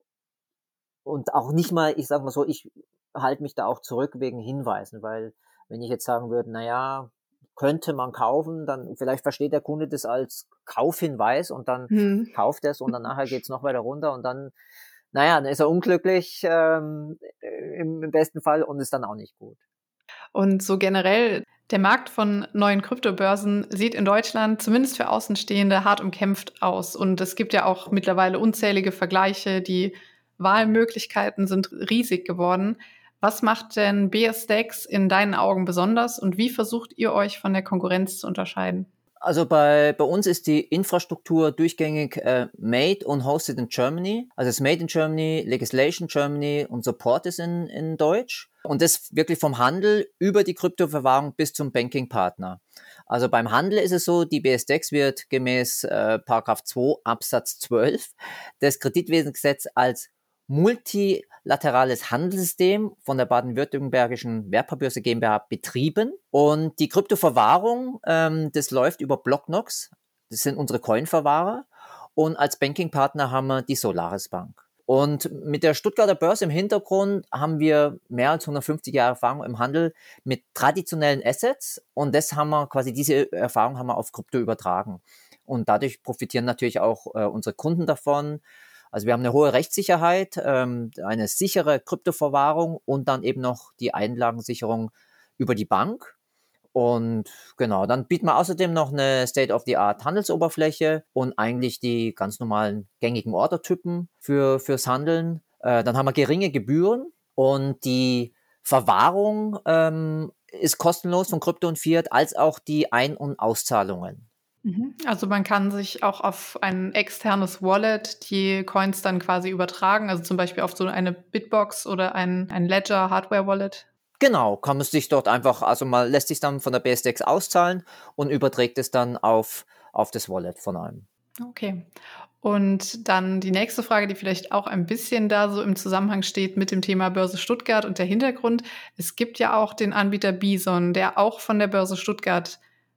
und auch nicht mal, ich sage mal so, ich halte mich da auch zurück wegen Hinweisen, weil wenn ich jetzt sagen würde, naja, könnte man kaufen, dann vielleicht versteht der Kunde das als Kaufhinweis und dann Mhm. kauft er es und dann nachher geht es noch weiter runter und dann, naja, dann ist er unglücklich im besten Fall und ist dann auch nicht gut. Und so generell, der Markt von neuen Kryptobörsen sieht in Deutschland zumindest für Außenstehende hart umkämpft aus. Und es gibt ja auch mittlerweile unzählige Vergleiche. Die Wahlmöglichkeiten sind riesig geworden. Was macht denn BSDEX in deinen Augen besonders und wie versucht ihr euch von der Konkurrenz zu unterscheiden? Also bei uns ist die Infrastruktur durchgängig made und hosted in Germany. Also es ist made in Germany, Legislation Germany und Support ist in Deutsch. Und das wirklich vom Handel über die Kryptoverwahrung bis zum Banking-Partner. Also beim Handel ist es so, die BSDEX wird gemäß Paragraph 2 Absatz 12 des Kreditwesensgesetzes als multilaterales Handelssystem von der baden-württembergischen Wertpapierbörse GmbH betrieben. Und die Kryptoverwahrung, das läuft über Blocknox. Das sind unsere Coin-Verwahrer. Und als Banking-Partner haben wir die Solaris Bank. Und mit der Stuttgarter Börse im Hintergrund haben wir mehr als 150 Jahre Erfahrung im Handel mit traditionellen Assets. Und diese Erfahrung haben wir auf Krypto übertragen. Und dadurch profitieren natürlich auch unsere Kunden davon. Also wir haben eine hohe Rechtssicherheit, eine sichere Kryptoverwahrung und dann eben noch die Einlagensicherung über die Bank. Und genau, dann bieten wir außerdem noch eine State-of-the-Art Handelsoberfläche und eigentlich die ganz normalen gängigen Ordertypen fürs Handeln. Dann haben wir geringe Gebühren und die Verwahrung ist kostenlos von Krypto und Fiat, als auch die Ein- und Auszahlungen. Also man kann sich auch auf ein externes Wallet die Coins dann quasi übertragen, also zum Beispiel auf so eine Bitbox oder ein Ledger Hardware Wallet. Genau, kann man sich dort einfach, also man lässt sich dann von der BSDEX auszahlen und überträgt es dann auf das Wallet von einem. Okay. Und dann die nächste Frage, die vielleicht auch ein bisschen da so im Zusammenhang steht mit dem Thema Börse Stuttgart und der Hintergrund. Es gibt ja auch den Anbieter Bison, der auch von der Börse Stuttgart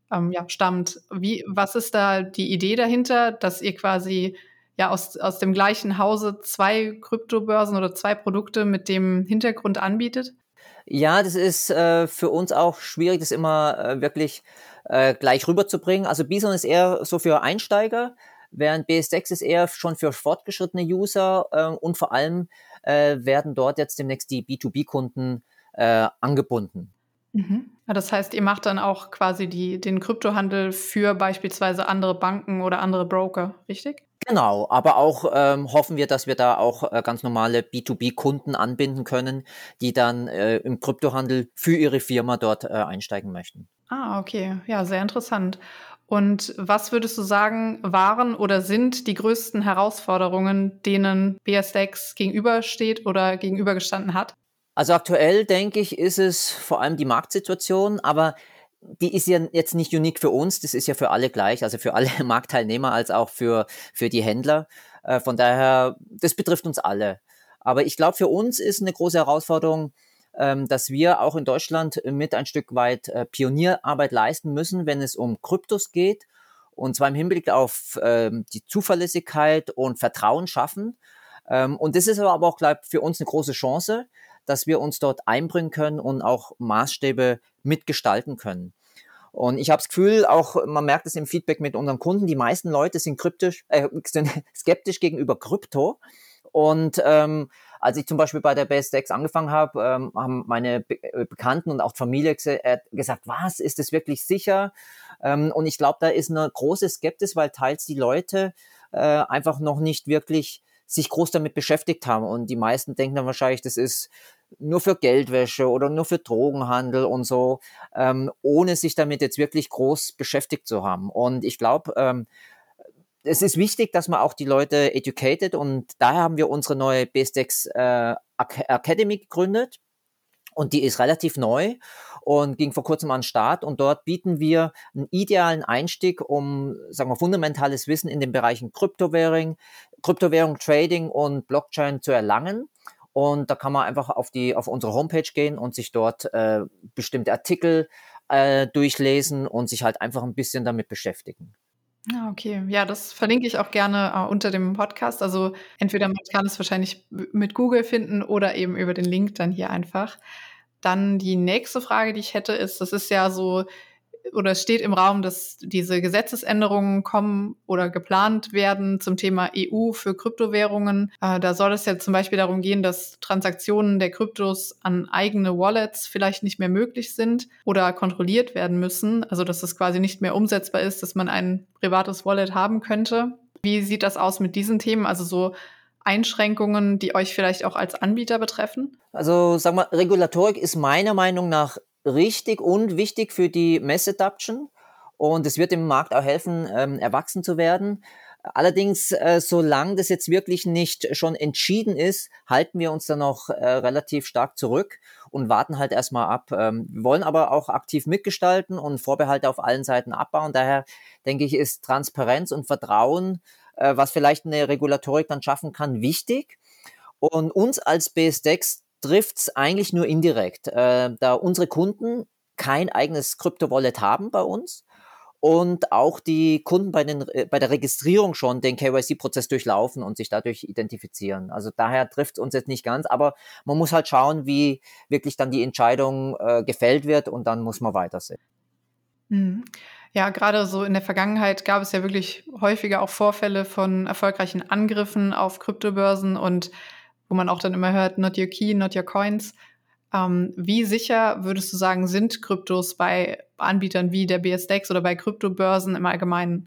stammt. Was ist da die Idee dahinter, dass ihr quasi ja aus dem gleichen Hause zwei Kryptobörsen oder zwei Produkte mit dem Hintergrund anbietet? Ja, das ist für uns auch schwierig, das immer wirklich gleich rüberzubringen. Also Bison ist eher so für Einsteiger, während BS6 ist eher schon für fortgeschrittene User und vor allem werden dort jetzt demnächst die B2B-Kunden angebunden. Ja, das heißt, ihr macht dann auch quasi den Kryptohandel für beispielsweise andere Banken oder andere Broker, richtig? Genau, aber auch hoffen wir, dass wir da auch ganz normale B2B-Kunden anbinden können, die dann im Kryptohandel für ihre Firma dort einsteigen möchten. Ah, okay. Ja, sehr interessant. Und was würdest du sagen, waren oder sind die größten Herausforderungen, denen BSDEX gegenübersteht oder gegenübergestanden hat? Also aktuell denke ich, ist es vor allem die Marktsituation, aber die ist ja jetzt nicht unique für uns, das ist ja für alle gleich, also für alle Marktteilnehmer als auch für die Händler. Von daher, das betrifft uns alle. Aber ich glaube, für uns ist eine große Herausforderung, dass wir auch in Deutschland mit ein Stück weit Pionierarbeit leisten müssen, wenn es um Kryptos geht. Und zwar im Hinblick auf die Zuverlässigkeit und Vertrauen schaffen. Und das ist aber auch, glaube ich, für uns eine große Chance, dass wir uns dort einbringen können und auch Maßstäbe mitgestalten können. Und ich habe das Gefühl, auch man merkt es im Feedback mit unseren Kunden, die meisten Leute sind sind skeptisch gegenüber Krypto. Und als ich zum Beispiel bei der BSDEX angefangen habe, haben meine Bekannten und auch Familie gesagt, was, ist das wirklich sicher? Und ich glaube, da ist eine große Skepsis, weil teils die Leute einfach noch nicht wirklich sich groß damit beschäftigt haben. Und die meisten denken dann wahrscheinlich, das ist nur für Geldwäsche oder nur für Drogenhandel und so, ohne sich damit jetzt wirklich groß beschäftigt zu haben. Und ich glaube, es ist wichtig, dass man auch die Leute educated, und daher haben wir unsere neue BSDEX Academy gegründet. Und die ist relativ neu und ging vor kurzem an den Start. Und dort bieten wir einen idealen Einstieg, um, sagen wir, fundamentales Wissen in den Bereichen Kryptowährung, Trading und Blockchain zu erlangen. Und da kann man einfach auf unsere Homepage gehen und sich dort bestimmte Artikel durchlesen und sich halt einfach ein bisschen damit beschäftigen. Ah, okay. Ja, das verlinke ich auch gerne unter dem Podcast. Also entweder man kann es wahrscheinlich mit Google finden oder eben über den Link dann hier einfach. Dann die nächste Frage, die ich hätte, ist, das ist ja so oder es steht im Raum, dass diese Gesetzesänderungen kommen oder geplant werden zum Thema EU für Kryptowährungen. Da soll es ja zum Beispiel darum gehen, dass Transaktionen der Kryptos an eigene Wallets vielleicht nicht mehr möglich sind oder kontrolliert werden müssen. Also dass es quasi nicht mehr umsetzbar ist, dass man ein privates Wallet haben könnte. Wie sieht das aus mit diesen Themen? Also so Einschränkungen, die euch vielleicht auch als Anbieter betreffen? Also, sag mal, Regulatorik ist meiner Meinung nach richtig und wichtig für die Mass Adoption, und es wird dem Markt auch helfen, erwachsen zu werden. Allerdings, solange das jetzt wirklich nicht schon entschieden ist, halten wir uns da noch relativ stark zurück und warten halt erstmal ab. Wir wollen aber auch aktiv mitgestalten und Vorbehalte auf allen Seiten abbauen. Daher denke ich, ist Transparenz und Vertrauen, was vielleicht eine Regulatorik dann schaffen kann, wichtig. Und uns als BSDEX trifft's eigentlich nur indirekt, da unsere Kunden kein eigenes Krypto-Wallet haben bei uns und auch die Kunden bei der Registrierung schon den KYC-Prozess durchlaufen und sich dadurch identifizieren. Also daher trifft's uns jetzt nicht ganz, aber man muss halt schauen, wie wirklich dann die Entscheidung gefällt wird, und dann muss man weitersehen. Mhm. Ja, gerade so in der Vergangenheit gab es ja wirklich häufiger auch Vorfälle von erfolgreichen Angriffen auf Kryptobörsen und wo man auch dann immer hört: „Not your key, not your coins." Wie sicher würdest du sagen, sind Kryptos bei Anbietern wie der BSDEX oder bei Kryptobörsen im Allgemeinen?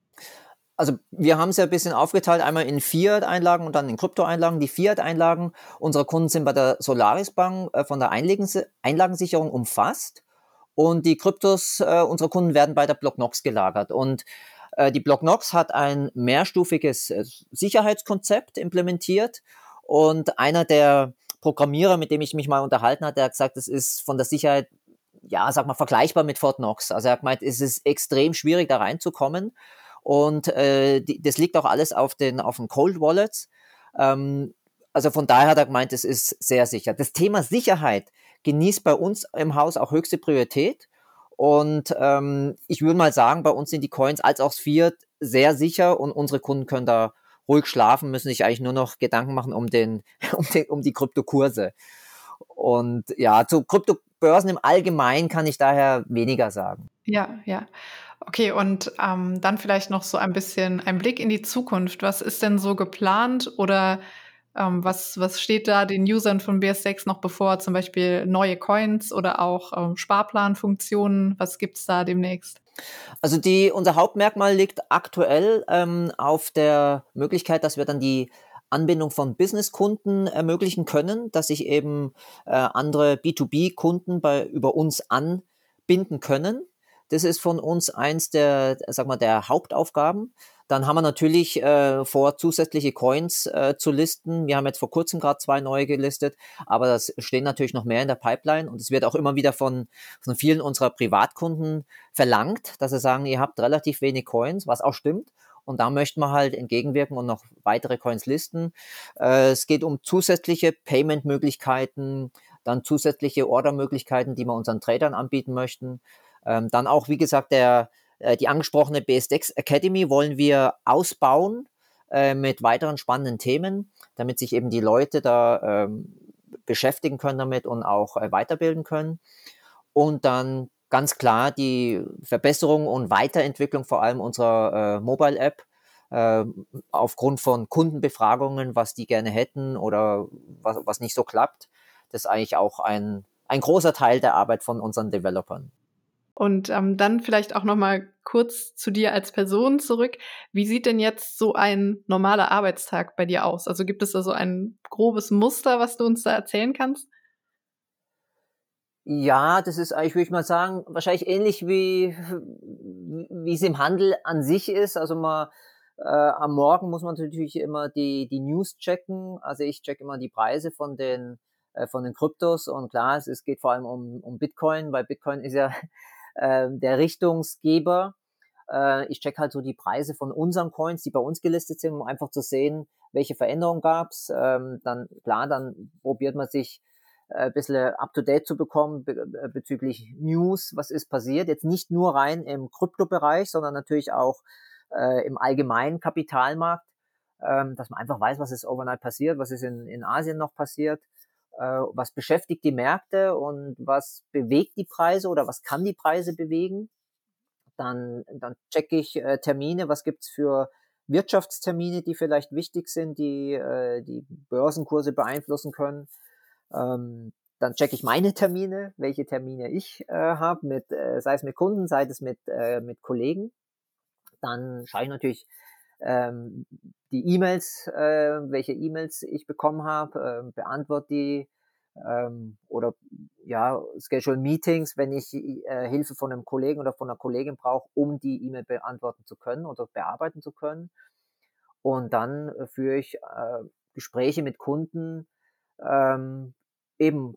Also wir haben es ja ein bisschen aufgeteilt, einmal in Fiat-Einlagen und dann in Krypto-Einlagen. Die Fiat-Einlagen unserer Kunden sind bei der Solaris Bank von der Einlagensicherung umfasst und die Kryptos unserer Kunden werden bei der Blocknox gelagert. Und die Blocknox hat ein mehrstufiges Sicherheitskonzept implementiert und einer der Programmierer, mit dem ich mich mal unterhalten hatte, der hat gesagt, es ist von der Sicherheit, ja, sag mal, vergleichbar mit Fort Knox. Also er hat gemeint, es ist extrem schwierig, da reinzukommen. Und das liegt auch alles auf den Cold Wallets. Also von daher hat er gemeint, es ist sehr sicher. Das Thema Sicherheit genießt bei uns im Haus auch höchste Priorität. Und ich würde mal sagen, bei uns sind die Coins als auch das Fiat sehr sicher und unsere Kunden können da ruhig schlafen, müssen sich eigentlich nur noch Gedanken machen um die Kryptokurse. Und ja, zu Kryptobörsen im Allgemeinen kann ich daher weniger sagen. Ja, ja. Okay, und dann vielleicht noch so ein bisschen ein Blick in die Zukunft. Was ist denn so geplant oder was steht da den Usern von BS6 noch bevor? Zum Beispiel neue Coins oder auch Sparplanfunktionen. Was gibt's da demnächst? Also unser Hauptmerkmal liegt aktuell auf der Möglichkeit, dass wir dann die Anbindung von Businesskunden ermöglichen können, dass sich eben andere B2B-Kunden über uns anbinden können. Das ist von uns eins der Hauptaufgaben. Dann haben wir natürlich vor, zusätzliche Coins zu listen. Wir haben jetzt vor kurzem gerade 2 neue gelistet, aber das stehen natürlich noch mehr in der Pipeline und es wird auch immer wieder von vielen unserer Privatkunden verlangt, dass sie sagen, ihr habt relativ wenig Coins, was auch stimmt. Und da möchten wir halt entgegenwirken und noch weitere Coins listen. Es geht um zusätzliche Payment-Möglichkeiten, dann zusätzliche Order-Möglichkeiten, die wir unseren Tradern anbieten möchten. Dann auch, wie gesagt, die angesprochene BSDEX Academy wollen wir ausbauen mit weiteren spannenden Themen, damit sich eben die Leute da beschäftigen können damit und auch weiterbilden können. Und dann ganz klar die Verbesserung und Weiterentwicklung vor allem unserer Mobile-App äh, aufgrund von Kundenbefragungen, was die gerne hätten oder was nicht so klappt. Das ist eigentlich auch ein großer Teil der Arbeit von unseren Developern. Und dann vielleicht auch noch mal kurz zu dir als Person zurück. Wie sieht denn jetzt so ein normaler Arbeitstag bei dir aus? Also gibt es da so ein grobes Muster, was du uns da erzählen kannst? Ja, das ist eigentlich, würde ich mal sagen, wahrscheinlich ähnlich wie es im Handel an sich ist. Also am Morgen muss man natürlich immer die News checken. Also ich checke immer die Preise von den Kryptos und klar, es geht vor allem um Bitcoin, weil Bitcoin ist ja der Richtungsgeber. Ich check halt so die Preise von unseren Coins, die bei uns gelistet sind, um einfach zu sehen, welche Veränderungen gab's. Dann probiert man sich ein bisschen up-to-date zu bekommen bezüglich News, was ist passiert. Jetzt nicht nur rein im Kryptobereich, sondern natürlich auch im allgemeinen Kapitalmarkt, dass man einfach weiß, was ist overnight passiert, was ist in Asien noch passiert, was beschäftigt die Märkte und was bewegt die Preise oder was kann die Preise bewegen. Dann checke ich Termine, was gibt's für Wirtschaftstermine, die vielleicht wichtig sind, die Börsenkurse beeinflussen können. Dann checke ich meine Termine, welche Termine ich habe, sei es mit Kunden, sei es mit Kollegen. Dann schaue ich natürlich ähm, die E-Mails, welche E-Mails ich bekommen habe, beantworte die oder ja, schedule Meetings, wenn ich Hilfe von einem Kollegen oder von einer Kollegin brauche, um die E-Mail beantworten zu können oder bearbeiten zu können. Und dann führe ich Gespräche mit Kunden, ähm, eben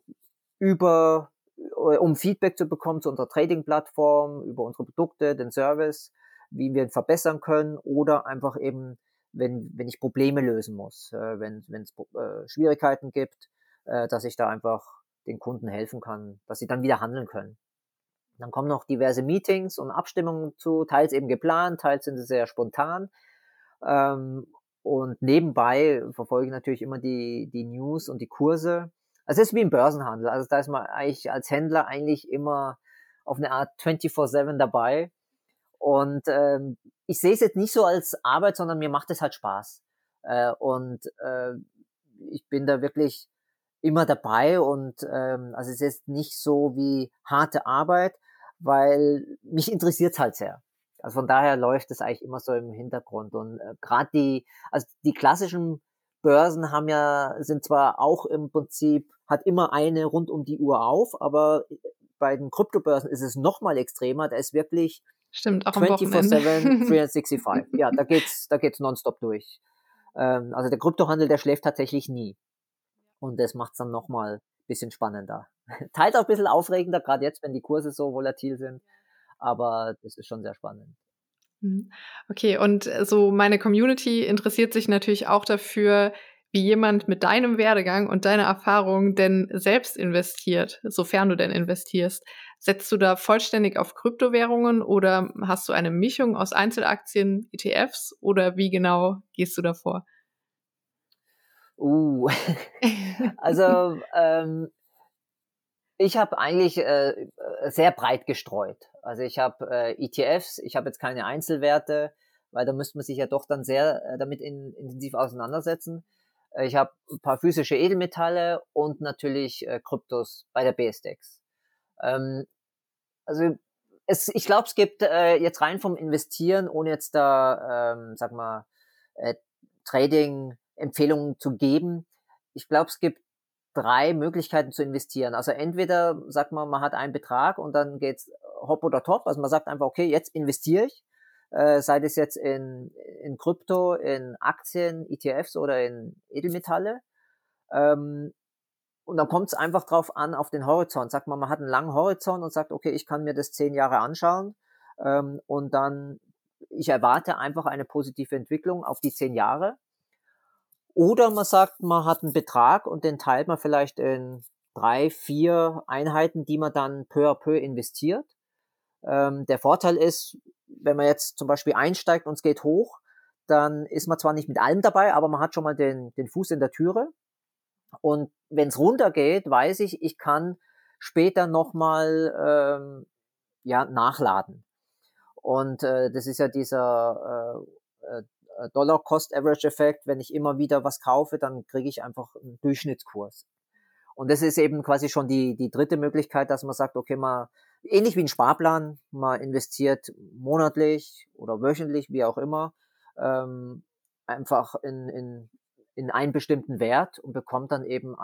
um Feedback zu bekommen zu unserer Trading-Plattform, über unsere Produkte, den Service, wie wir ihn verbessern können oder einfach eben, wenn ich Probleme lösen muss, wenn es Schwierigkeiten gibt, dass ich da einfach den Kunden helfen kann, dass sie dann wieder handeln können. Dann kommen noch diverse Meetings und Abstimmungen zu, teils eben geplant, teils sind sie sehr spontan. Ähm, und nebenbei verfolge ich natürlich immer die News und die Kurse. Also es ist wie im Börsenhandel. Also da ist man eigentlich als Händler eigentlich immer auf eine Art 24/7 dabei. Und ich sehe es jetzt nicht so als Arbeit, sondern mir macht es halt Spaß. Ich bin da wirklich immer dabei und also es ist jetzt nicht so wie harte Arbeit, weil mich interessiert's halt sehr. Also von daher läuft es eigentlich immer so im Hintergrund. Und gerade also die klassischen Börsen sind zwar auch im Prinzip, hat immer eine rund um die Uhr auf, aber bei den Kryptobörsen ist es noch mal extremer. Da ist wirklich Stimmt, auch am Wochenende. 24/7, 365. Ja, da geht's nonstop durch. Also der Kryptohandel, der schläft tatsächlich nie. Und das macht's dann noch mal ein bisschen spannender. Teils auch ein bisschen aufregender, gerade jetzt, wenn die Kurse so volatil sind. Aber das ist schon sehr spannend. Mhm. Okay, und so meine Community interessiert sich natürlich auch dafür, wie jemand mit deinem Werdegang und deiner Erfahrung denn selbst investiert, sofern du denn investierst. Setzt du da vollständig auf Kryptowährungen oder hast du eine Mischung aus Einzelaktien, ETFs oder wie genau gehst du da vor? Uh, also, ich habe eigentlich, sehr breit gestreut. Also, ich habe, ETFs, ich habe jetzt keine Einzelwerte, weil da müsste man sich ja doch dann sehr, damit intensiv auseinandersetzen. Ich habe ein paar physische Edelmetalle und natürlich, Kryptos bei der BSDEX. Ähm, also, ich glaube, es gibt, jetzt rein vom Investieren, ohne jetzt da, sage mal, äh, Trading-Empfehlungen zu geben. Ich glaube, es gibt 3 Möglichkeiten zu investieren. Also entweder sagt man hat einen Betrag und dann geht's hopp oder top. Also man sagt einfach: „Okay, jetzt investiere ich“, sei das jetzt in Krypto, in Aktien, ETFs oder in Edelmetalle. Ähm, und dann kommt es einfach drauf an, auf den Horizont. Sagt man hat einen langen Horizont und sagt: „Okay, ich kann mir das 10 Jahre anschauen, und dann ich erwarte einfach eine positive Entwicklung auf die 10 Jahre.“ Oder man sagt, man hat einen Betrag und den teilt man vielleicht in 3, 4 Einheiten, die man dann peu à peu investiert. Der Vorteil ist, wenn man jetzt zum Beispiel einsteigt und es geht hoch, dann ist man zwar nicht mit allem dabei, aber man hat schon mal den Fuß in der Türe. Und wenn es runtergeht, weiß ich, ich kann später noch mal, ja, nachladen. Und, das ist ja dieser, Dollar Cost Average Effekt. Wenn ich immer wieder was kaufe, dann kriege ich einfach einen Durchschnittskurs. Und das ist eben quasi schon die dritte Möglichkeit, dass man sagt, okay, man ähnlich wie ein Sparplan, man investiert monatlich oder wöchentlich, wie auch immer, einfach in einen bestimmten Wert und bekommt dann eben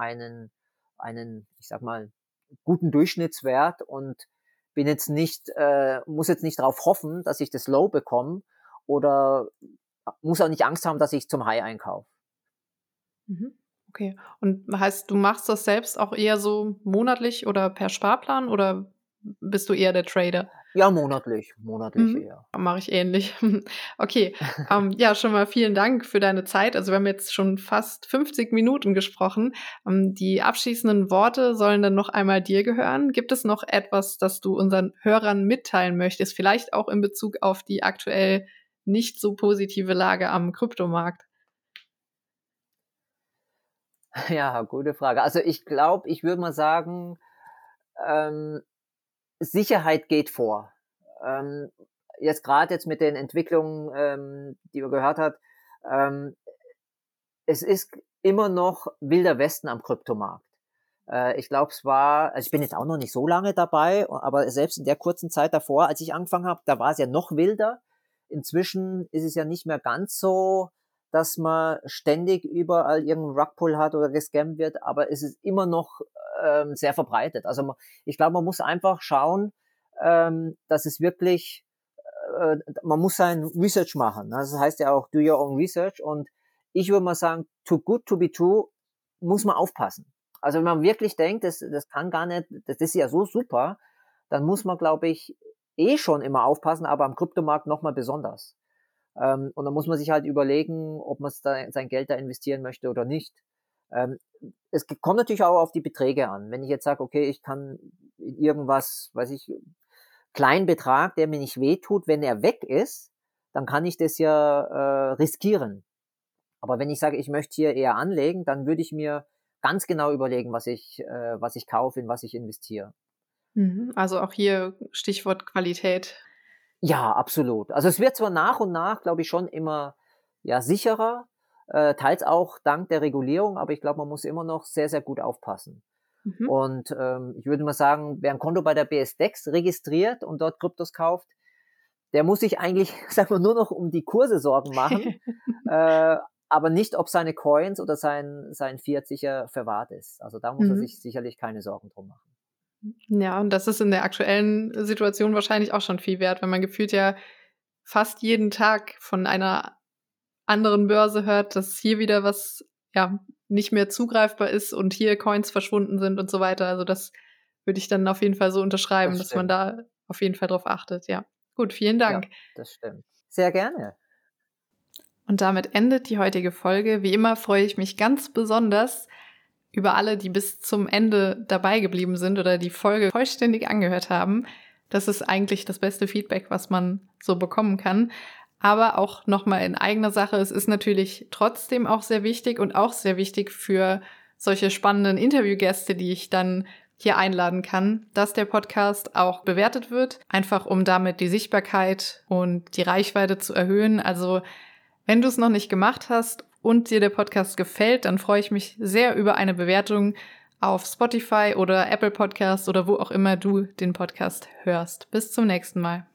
ich sag mal, guten Durchschnittswert und bin jetzt nicht muss jetzt nicht darauf hoffen, dass ich das Low bekomme oder muss auch nicht Angst haben, dass ich zum High einkaufe. Mhm. Okay. Und heißt, du machst das selbst auch eher so monatlich oder per Sparplan oder bist du eher der Trader? Ja, monatlich Mhm. eher. Mache ich ähnlich. Okay, ja, schon mal vielen Dank für deine Zeit. Also, wir haben jetzt schon fast 50 Minuten gesprochen. Die abschließenden Worte sollen dann noch einmal dir gehören. Gibt es noch etwas, das du unseren Hörern mitteilen möchtest, vielleicht auch in Bezug auf die aktuell nicht so positive Lage am Kryptomarkt? Ja, gute Frage. Also, ich glaube, ich würde mal sagen, ähm, Sicherheit geht vor. Ähm, jetzt mit den Entwicklungen, die man gehört hat, ähm, es ist immer noch Wilder Westen am Kryptomarkt. Ich glaube, ich bin jetzt auch noch nicht so lange dabei, aber selbst in der kurzen Zeit davor, als ich angefangen habe, da war es ja noch wilder. Inzwischen ist es ja nicht mehr ganz so, dass man ständig überall irgendeinen Rugpull hat oder gescammt wird, aber es ist immer noch sehr verbreitet. Also ich glaube, man muss einfach schauen, dass es wirklich, man muss sein Research machen. Ne? Das heißt ja auch, do your own research. Und ich würde mal sagen, too good to be true, muss man aufpassen. Also wenn man wirklich denkt, das kann gar nicht, das ist ja so super, dann muss man, glaube ich, schon immer aufpassen, aber am Kryptomarkt nochmal besonders. Und dann muss man sich halt überlegen, ob man sein Geld da investieren möchte oder nicht. Ähm, Es kommt natürlich auch auf die Beträge an. Wenn ich jetzt sage, okay, ich kann in irgendwas, weiß ich, kleinen Betrag, der mir nicht wehtut, wenn er weg ist, dann kann ich das ja riskieren. Aber wenn ich sage, ich möchte hier eher anlegen, dann würde ich mir ganz genau überlegen, was ich kaufe, in was ich investiere. Mhm. Also, auch hier Stichwort Qualität. Ja, absolut. Also es wird zwar nach und nach, glaube ich, schon immer ja sicherer, teils auch dank der Regulierung, aber ich glaube, man muss immer noch sehr, sehr gut aufpassen. Mhm. Und ich würde mal sagen, wer ein Konto bei der BSDEX registriert und dort Kryptos kauft, der muss sich eigentlich, sagen wir, nur noch um die Kurse Sorgen machen, aber nicht, ob seine Coins oder sein Fiat sicher verwahrt ist. Also da muss er sich Mhm. sicherlich keine Sorgen drum machen. Ja, und das ist in der aktuellen Situation wahrscheinlich auch schon viel wert, wenn man gefühlt ja fast jeden Tag von einer anderen Börse hört, dass hier wieder was, ja, nicht mehr zugreifbar ist und hier Coins verschwunden sind und so weiter. Also, das würde ich dann auf jeden Fall so unterschreiben, Das dass man stimmt. da auf jeden Fall drauf achtet, ja. Gut, vielen Ja, Dank. das stimmt. Sehr gerne. Und damit endet die heutige Folge. Wie immer freue ich mich ganz besonders über alle, die bis zum Ende dabei geblieben sind oder die Folge vollständig angehört haben. Das ist eigentlich das beste Feedback, was man so bekommen kann. Aber auch nochmal in eigener Sache. Es ist natürlich trotzdem auch sehr wichtig und auch sehr wichtig für solche spannenden Interviewgäste, die ich dann hier einladen kann, dass der Podcast auch bewertet wird, einfach um damit die Sichtbarkeit und die Reichweite zu erhöhen. Also wenn du es noch nicht gemacht hast und dir der Podcast gefällt, dann freue ich mich sehr über eine Bewertung auf Spotify oder Apple Podcasts oder wo auch immer du den Podcast hörst. Bis zum nächsten Mal.